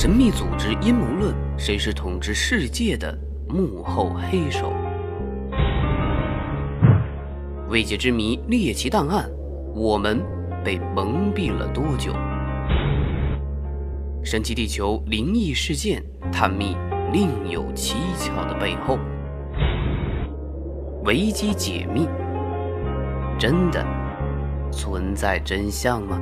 神秘组织阴谋论，谁是统治世界的幕后黑手？未解之谜，猎奇档案，我们被蒙蔽了多久？神奇地球灵异事件，探秘另有蹊跷的背后。危机解密，真的存在真相吗？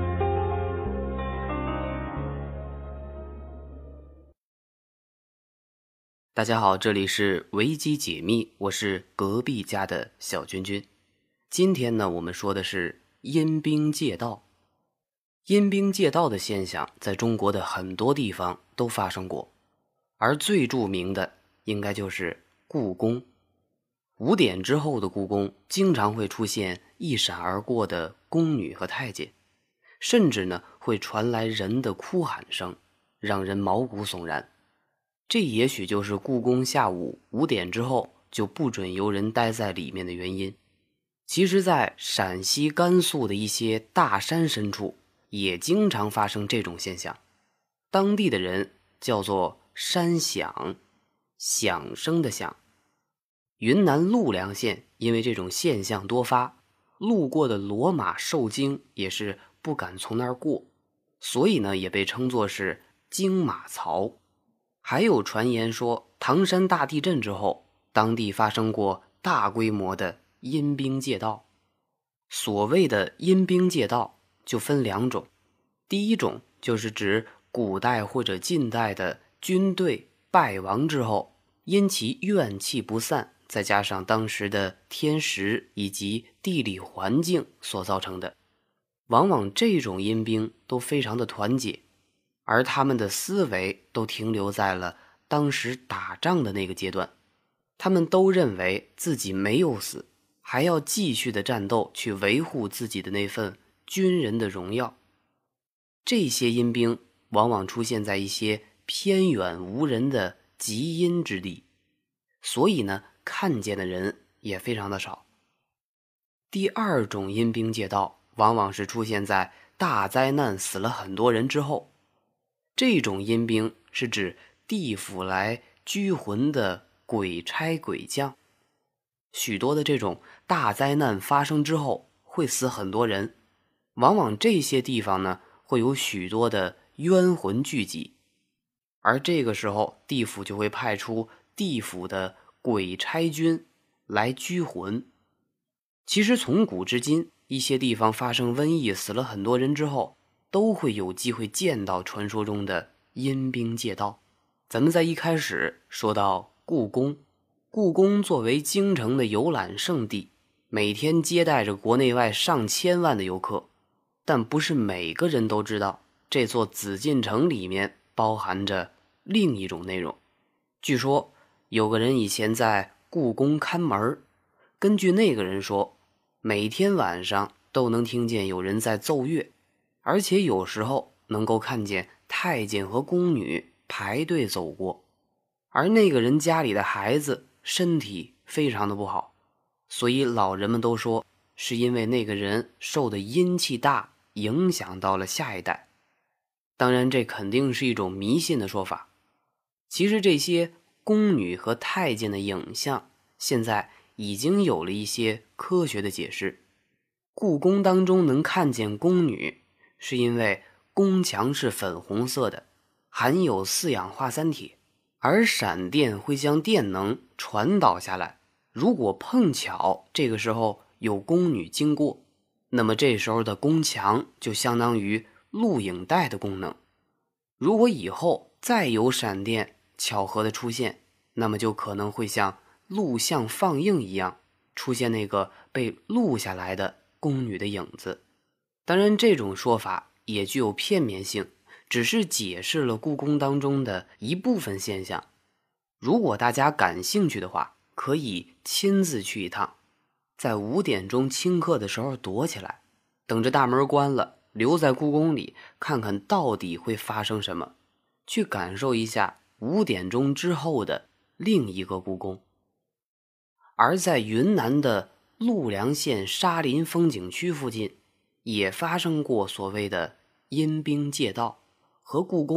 大家好，这里是危机解密，我是隔壁家的小君君。今天呢，我们说的是阴兵借道。阴兵借道的现象在中国的很多地方都发生过，而最著名的应该就是故宫。5点之后的故宫经常会出现一闪而过的宫女和太监，甚至呢会传来人的哭喊声，让人毛骨悚然。这也许就是故宫下午5点之后就不准游人待在里面的原因。其实在陕西、甘肃的一些大山深处也经常发生这种现象，当地的人叫做山响，响声的响。云南陆良县因为这种现象多发，路过的骡马受惊也是不敢从那儿过，所以呢也被称作是惊马槽。还有传言说，唐山大地震之后，当地发生过大规模的阴兵借道。所谓的阴兵借道就分2种，第一种就是指古代或者近代的军队败亡之后，因其怨气不散，再加上当时的天时以及地理环境所造成的。往往这种阴兵都非常的团结，而他们的思维都停留在了当时打仗的那个阶段，他们都认为自己没有死，还要继续的战斗，去维护自己的那份军人的荣耀。这些阴兵往往出现在一些偏远无人的极阴之地，所以呢，看见的人也非常的少。第2种阴兵借道，往往是出现在大灾难死了很多人之后。这种阴兵是指地府来拘魂的鬼差鬼将。许多的这种大灾难发生之后会死很多人，往往这些地方呢会有许多的冤魂聚集，而这个时候地府就会派出地府的鬼差军来拘魂。其实从古至今，一些地方发生瘟疫死了很多人之后，都会有机会见到传说中的阴兵借道。咱们在一开始说到故宫，故宫作为京城的游览胜地，每天接待着国内外上千万的游客，但不是每个人都知道这座紫禁城里面包含着另一种内容。据说有个人以前在故宫看门，根据那个人说，每天晚上都能听见有人在奏乐，而且有时候能够看见太监和宫女排队走过。而那个人家里的孩子身体非常的不好，所以老人们都说是因为那个人受的阴气大，影响到了下一代。当然这肯定是一种迷信的说法。其实这些宫女和太监的影像现在已经有了一些科学的解释。故宫当中能看见宫女，是因为宫墙是粉红色的，含有4氧化三铁，而闪电会将电能传导下来。如果碰巧这个时候有宫女经过，那么这时候的宫墙就相当于录影带的功能。如果以后再有闪电巧合的出现，那么就可能会像录像放映一样，出现那个被录下来的宫女的影子。当然这种说法也具有片面性，只是解释了故宫当中的一部分现象。如果大家感兴趣的话，可以亲自去一趟，在5点钟清课的时候躲起来，等着大门关了，留在故宫里看看到底会发生什么，去感受一下5点钟之后的另一个故宫。而在云南的陆良县沙林风景区附近，也发生过所谓的阴兵借道，和故宫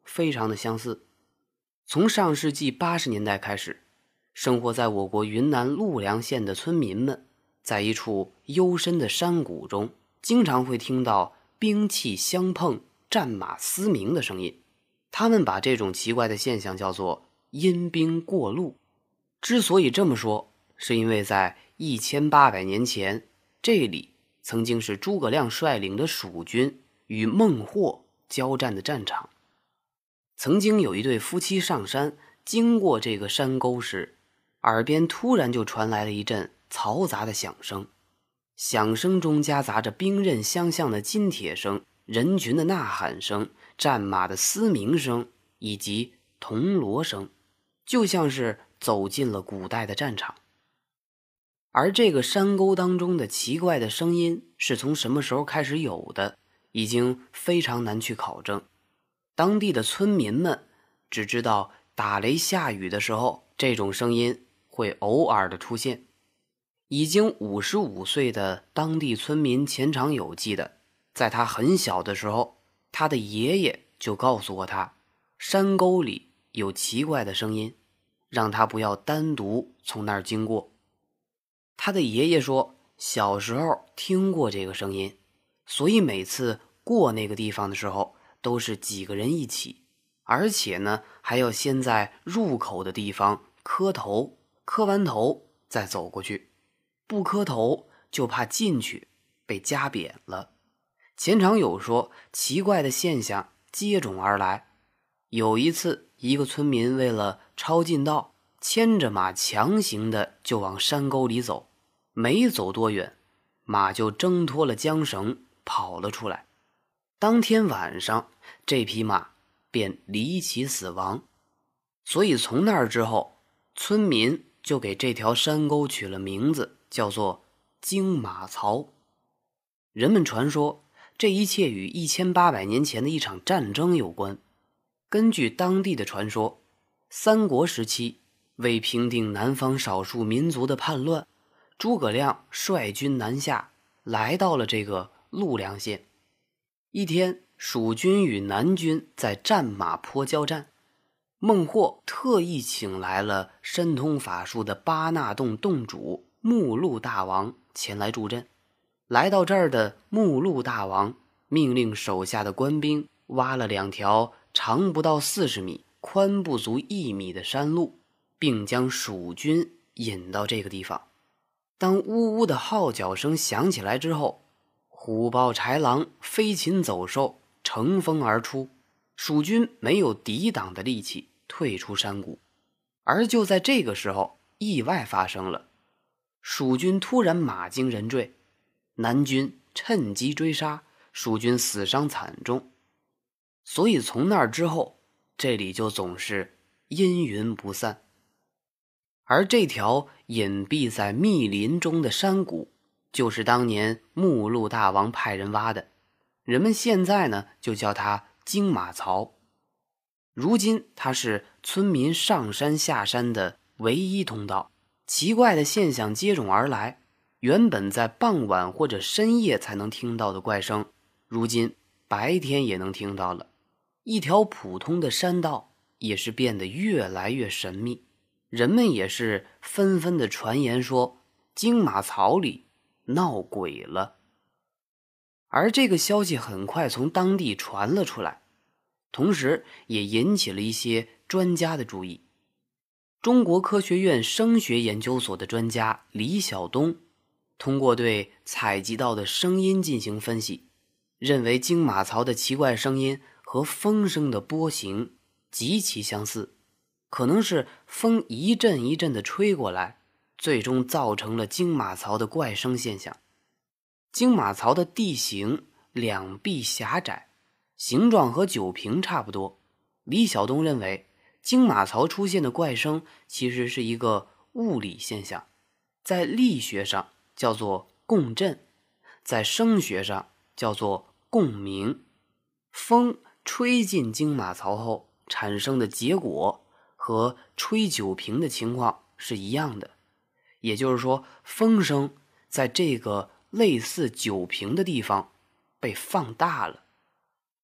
非常的相似。从上世纪80年代开始，生活在我国云南陆良县的村民们，在一处幽深的山谷中，经常会听到兵器相碰、战马嘶鸣的声音。他们把这种奇怪的现象叫做阴兵过路。之所以这么说，是因为在1800年前，这里曾经是诸葛亮率领的蜀军与孟获交战的战场。曾经有一对夫妻上山，经过这个山沟时，耳边突然就传来了一阵嘈杂的响声，响声中夹杂着兵刃相向的金铁声、人群的呐喊声、战马的嘶鸣声以及铜锣声，就像是走进了古代的战场。而这个山沟当中的奇怪的声音是从什么时候开始有的，已经非常难去考证。当地的村民们只知道打雷下雨的时候，这种声音会偶尔的出现。已经55岁的当地村民钱长友记得，在他很小的时候，他的爷爷就告诉过他，山沟里有奇怪的声音，让他不要单独从那儿经过。他的爷爷说，小时候听过这个声音，所以每次过那个地方的时候，都是几个人一起，而且呢，还要先在入口的地方磕头，磕完头再走过去，不磕头就怕进去被夹扁了。钱长友说，奇怪的现象接踵而来。有一次，一个村民为了抄近道，牵着马强行的就往山沟里走，没走多远，马就挣脱了缰绳跑了出来。当天晚上，这匹马便离奇死亡。所以从那儿之后，村民就给这条山沟取了名字，叫做荆马槽。人们传说，这一切与1800年前的一场战争有关。根据当地的传说，三国时期为平定南方少数民族的叛乱，诸葛亮率军南下，来到了这个陆良县。一天，蜀军与南军在战马坡交战，孟获特意请来了深通法术的巴纳洞洞主目录大王前来助阵。来到这儿的目录大王命令手下的官兵挖了2条长不到40米、宽不足1米的山路，并将蜀军引到这个地方。当呜呜的号角声响起来之后，虎豹豺狼、飞禽走兽乘风而出，蜀军没有抵挡的力气，退出山谷。而就在这个时候，意外发生了，蜀军突然马惊人坠，南军趁机追杀，蜀军死伤惨重。所以从那儿之后，这里就总是阴云不散。而这条隐蔽在密林中的山谷，就是当年目录大王派人挖的，人们现在呢就叫它荆马槽。如今它是村民上山下山的唯一通道。奇怪的现象接踵而来，原本在傍晚或者深夜才能听到的怪声，如今白天也能听到了。一条普通的山道也是变得越来越神秘，人们也是纷纷的传言说，荆马槽里闹鬼了。而这个消息很快从当地传了出来，同时也引起了一些专家的注意。中国科学院声学研究所的专家李晓东，通过对采集到的声音进行分析，认为荆马槽的奇怪声音和风声的波形极其相似，可能是风一阵一阵的吹过来，最终造成了荆马槽的怪声现象。荆马槽的地形两壁狭窄，形状和酒瓶差不多。李晓东认为，荆马槽出现的怪声其实是一个物理现象，在力学上叫做共振，在声学上叫做共鸣。风吹进荆马槽后产生的结果和吹酒瓶的情况是一样的，也就是说，风声在这个类似酒瓶的地方被放大了。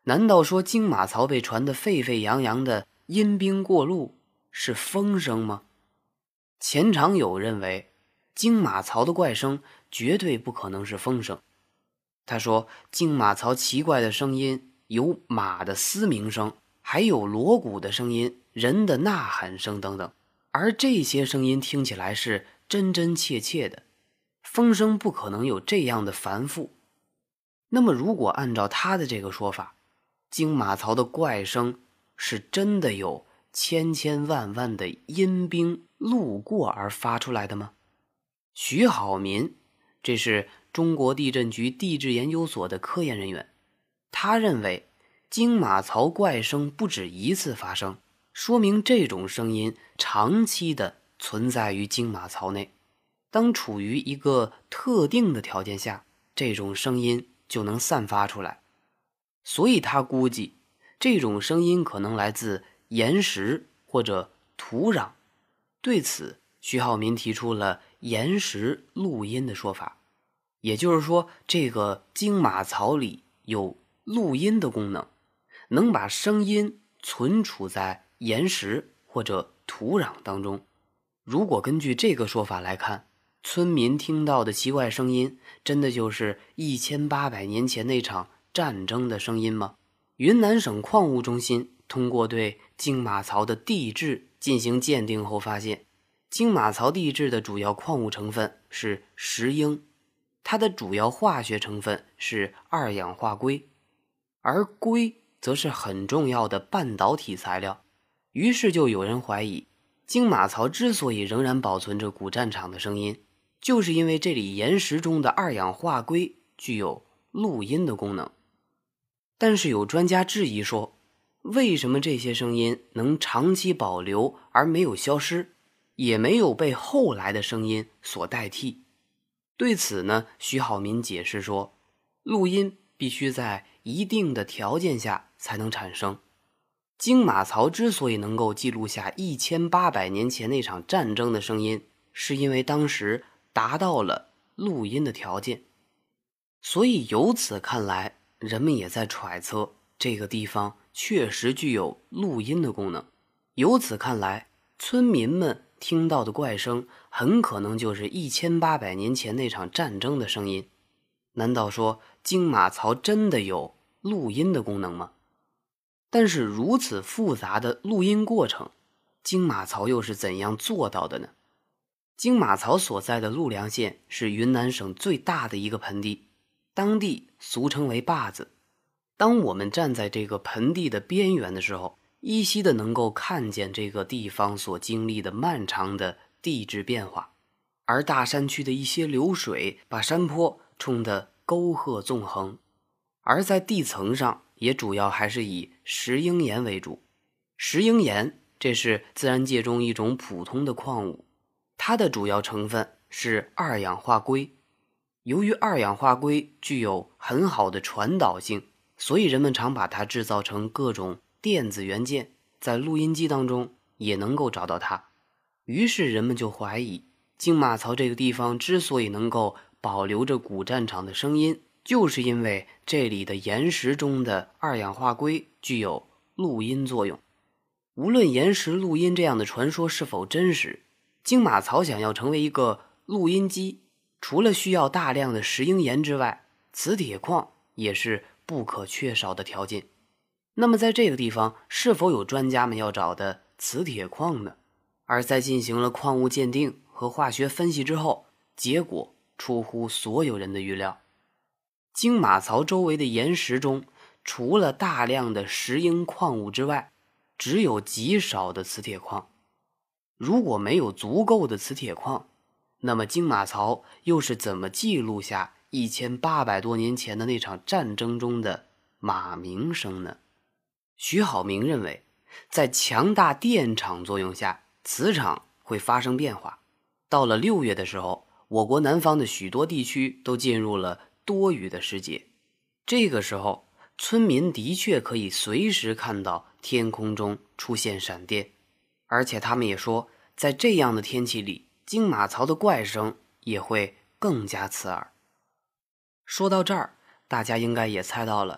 难道说金马槽被传得沸沸扬扬的阴兵过路是风声吗？钱常有认为金马槽的怪声绝对不可能是风声。他说金马槽奇怪的声音有马的嘶鸣声，还有锣鼓的声音、人的呐喊声等等，而这些声音听起来是真真切切的，风声不可能有这样的繁复。那么如果按照他的这个说法，金马槽的怪声是真的有千千万万的阴兵路过而发出来的吗？徐好民，这是中国地震局地质研究所的科研人员，他认为金马槽怪声不止一次发生，说明这种声音长期的存在于金马槽内。当处于一个特定的条件下，这种声音就能散发出来。所以他估计这种声音可能来自岩石或者土壤。对此，徐浩民提出了岩石录音的说法，也就是说这个金马槽里有录音的功能，能把声音存储在岩石或者土壤当中。如果根据这个说法来看，村民听到的奇怪声音真的就是1800年前那场战争的声音吗？云南省矿物中心通过对金马槽的地质进行鉴定后发现，金马槽地质的主要矿物成分是石英，它的主要化学成分是二氧化硅，而硅则是很重要的半导体材料。于是就有人怀疑，金马槽之所以仍然保存着古战场的声音，就是因为这里岩石中的二氧化硅具有录音的功能。但是有专家质疑说，为什么这些声音能长期保留而没有消失，也没有被后来的声音所代替？对此呢，徐好民解释说，录音必须在一定的条件下才能产生。金马槽之所以能够记录下1800年前那场战争的声音，是因为当时达到了录音的条件。所以由此看来，人们也在揣测这个地方确实具有录音的功能。由此看来，村民们听到的怪声很可能就是1800年前那场战争的声音。难道说金马槽真的有录音的功能吗？但是如此复杂的录音过程，金马槽又是怎样做到的呢？金马槽所在的陆良县是云南省最大的一个盆地，当地俗称为坝子。当我们站在这个盆地的边缘的时候，依稀的能够看见这个地方所经历的漫长的地质变化，而大山区的一些流水把山坡冲得沟壑纵横，而在地层上也主要还是以石英岩为主。石英岩这是自然界中一种普通的矿物，它的主要成分是二氧化硅。由于二氧化硅具有很好的传导性，所以人们常把它制造成各种电子元件，在录音机当中也能够找到它。于是人们就怀疑，金马槽这个地方之所以能够保留着古战场的声音，就是因为这里的岩石中的二氧化硅具有录音作用。无论岩石录音这样的传说是否真实，金马槽想要成为一个录音机，除了需要大量的石英岩之外，磁铁矿也是不可缺少的条件。那么在这个地方是否有专家们要找的磁铁矿呢？而在进行了矿物鉴定和化学分析之后，结果出乎所有人的预料。金马槽周围的岩石中，除了大量的石英矿物之外，只有极少的磁铁矿。如果没有足够的磁铁矿，那么金马槽又是怎么记录下1800多年前的那场战争中的马鸣声呢？徐好明认为，在强大电场作用下，磁场会发生变化。到了6月的时候，我国南方的许多地区都进入了多雨的时节。这个时候，村民的确可以随时看到天空中出现闪电，而且他们也说，在这样的天气里，金马槽的怪声也会更加刺耳。说到这儿，大家应该也猜到了，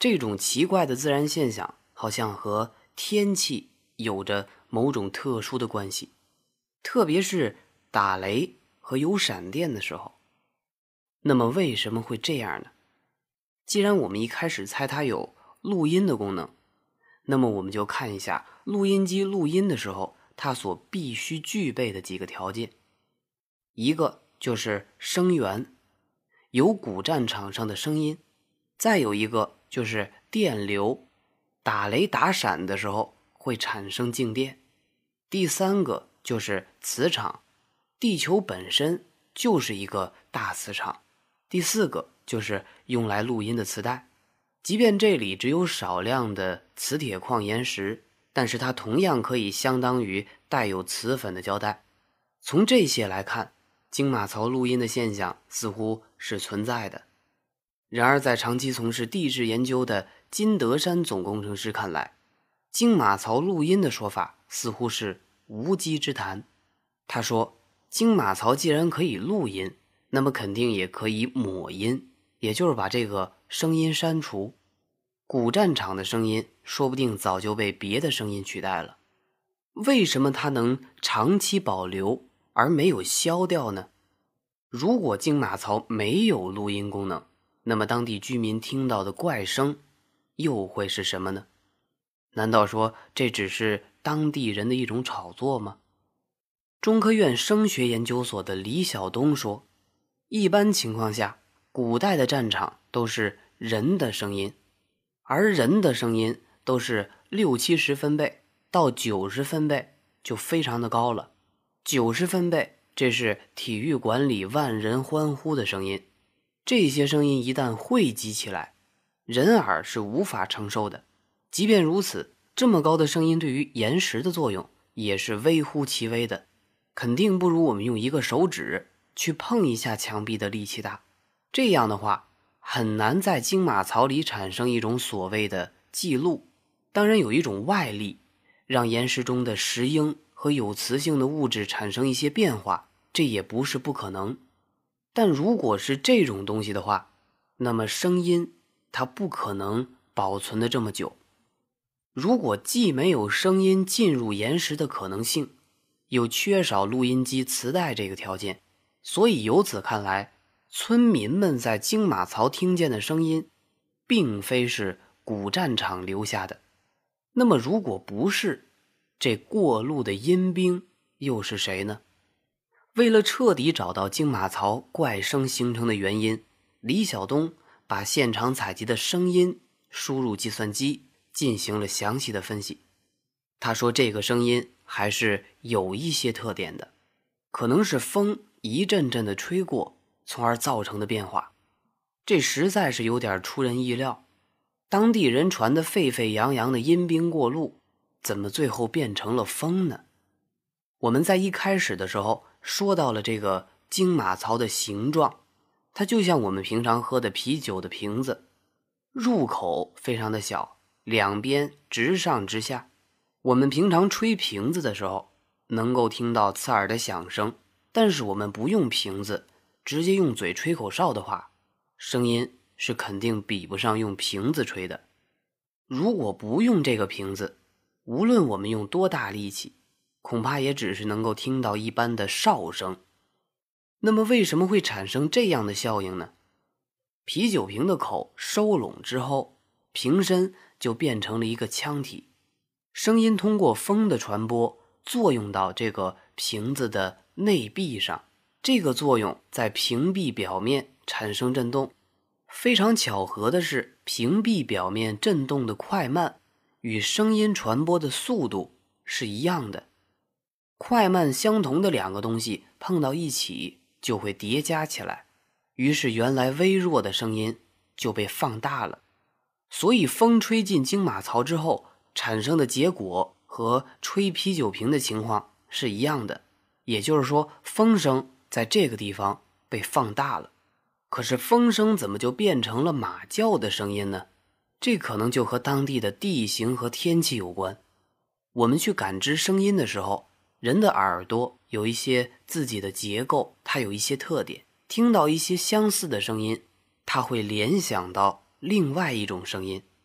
这种奇怪的自然现象好像和天气有着某种特殊的关系，特别是打雷和有闪电的时候。那么为什么会这样呢？既然我们一开始猜它有录音的功能，那么我们就看一下录音机录音的时候它所必须具备的几个条件。一个就是声源，有古战场上的声音；再有一个就是电流，打雷打闪的时候会产生静电；第三个就是磁场，地球本身就是一个大磁场；第四个就是用来录音的磁带。即便这里只有少量的磁铁矿岩石，但是它同样可以相当于带有磁粉的胶带。从这些来看，京马槽录音的现象似乎是存在的。然而在长期从事地质研究的金德山总工程师看来，京马槽录音的说法似乎是无稽之谈。他说，京马槽既然可以录音，那么肯定也可以抹音，也就是把这个声音删除。古战场的声音说不定早就被别的声音取代了。为什么它能长期保留而没有消掉呢？如果京马槽没有录音功能，那么当地居民听到的怪声又会是什么呢？难道说这只是当地人的一种炒作吗？中科院声学研究所的李晓东说，一般情况下，古代的战场都是人的声音，而人的声音都是60-70分贝到90分贝就非常的高了。90分贝，这是体育馆里万人欢呼的声音，这些声音一旦汇集起来，人耳是无法承受的。即便如此，这么高的声音对于岩石的作用也是微乎其微的，肯定不如我们用一个手指去碰一下墙壁的力气大。这样的话，很难在京马槽里产生一种所谓的记录。当然有一种外力，让岩石中的石英和有磁性的物质产生一些变化，这也不是不可能。但如果是这种东西的话，那么声音它不可能保存的这么久。如果既没有声音进入岩石的可能性，又缺少录音机磁带这个条件，所以由此看来，村民们在京马槽听见的声音并非是古战场留下的。那么如果不是，这过路的阴兵又是谁呢？为了彻底找到京马槽怪声形成的原因，李晓东把现场采集的声音输入计算机，进行了详细的分析。他说这个声音还是有一些特点的，可能是风一阵阵的吹过，从而造成的变化。这实在是有点出人意料。当地人传得沸沸扬扬的阴兵过路，怎么最后变成了风呢？我们在一开始的时候说到了这个京马槽的形状，它就像我们平常喝的啤酒的瓶子，入口非常的小，两边直上直下。我们平常吹瓶子的时候能够听到刺耳的响声，但是我们不用瓶子，直接用嘴吹口哨的话，声音是肯定比不上用瓶子吹的。如果不用这个瓶子，无论我们用多大力气，恐怕也只是能够听到一般的哨声。那么为什么会产生这样的效应呢？啤酒瓶的口收拢之后，瓶身就变成了一个腔体，声音通过风的传播作用到这个瓶子的内壁上，这个作用在瓶壁表面产生震动。非常巧合的是，瓶壁表面震动的快慢与声音传播的速度是一样的。快慢相同的两个东西碰到一起就会叠加起来，于是原来微弱的声音就被放大了。所以风吹进京马槽之后产生的结果和吹啤酒瓶的情况是一样的，也就是说风声在这个地方被放大了。可是风声怎么就变成了马叫的声音呢？这可能就和当地的地形和天气有关。我们去感知声音的时候，人的耳朵有一些自己的结构，它有一些特点，听到一些相似的声音，它会联想到另外一种声音，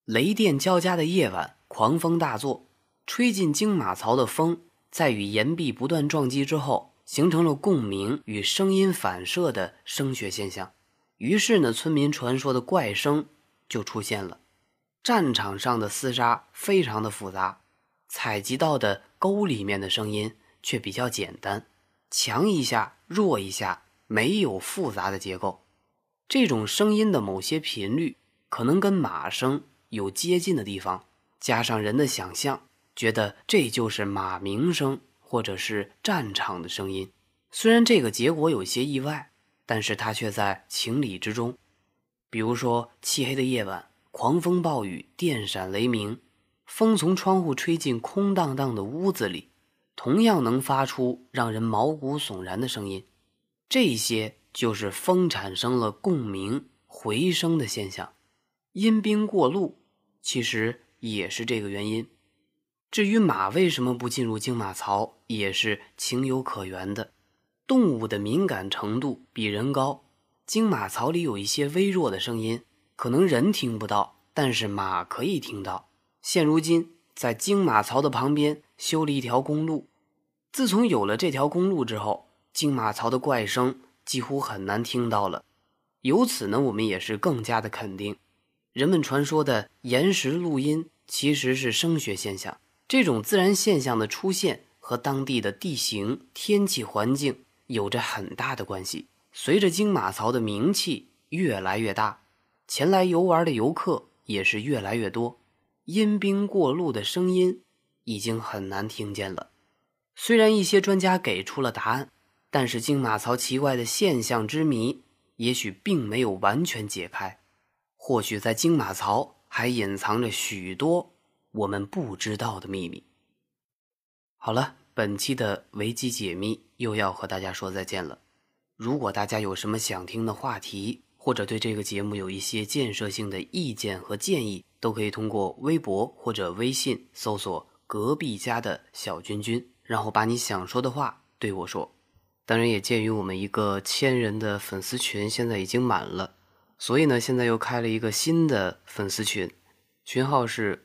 雷电交加的夜晚，狂风大作，吹进京马槽的风在与岩壁不断撞击之后，形成了共鸣与声音反射的声学现象。于是呢，村民传说的怪声就出现了。战场上的厮杀非常的复杂，采集到的沟里面的声音却比较简单，强一下弱一下，没有复杂的结构。这种声音的某些频率可能跟马声有接近的地方，加上人的想象，觉得这就是马鸣声或者是战场的声音。虽然这个结果有些意外，但是它却在情理之中。比如说漆黑的夜晚，狂风暴雨，电闪雷鸣，风从窗户吹进空荡荡的屋子里，同样能发出让人毛骨悚然的声音。这些就是风产生了共鸣回声的现象。阴兵过路其实也是这个原因。至于马为什么不进入京马槽，也是情有可原的。动物的敏感程度比人高，京马槽里有一些微弱的声音，可能人听不到，但是马可以听到。现如今在京马槽的旁边修了一条公路，自从有了这条公路之后，京马槽的怪声几乎很难听到了。由此呢，我们也是更加的肯定，人们传说的岩石录音其实是声学现象。这种自然现象的出现和当地的地形、天气环境有着很大的关系。随着京马槽的名气越来越大，前来游玩的游客也是越来越多，阴兵过路的声音已经很难听见了。虽然一些专家给出了答案，但是京马槽奇怪的现象之谜也许并没有完全解开。或许在京马槽还隐藏着许多我们不知道的秘密。好了，本期的维基解密又要和大家说再见了。如果大家有什么想听的话题，或者对这个节目有一些建设性的意见和建议，都可以通过微博或者微信搜索隔壁家的小君君，然后把你想说的话对我说。当然也鉴于我们一个1000人的粉丝群现在已经满了，所以呢，现在又开了一个新的粉丝群，群号是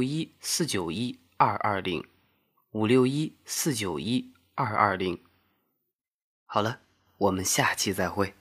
561-491-220 561-491-220。好了，我们下期再会。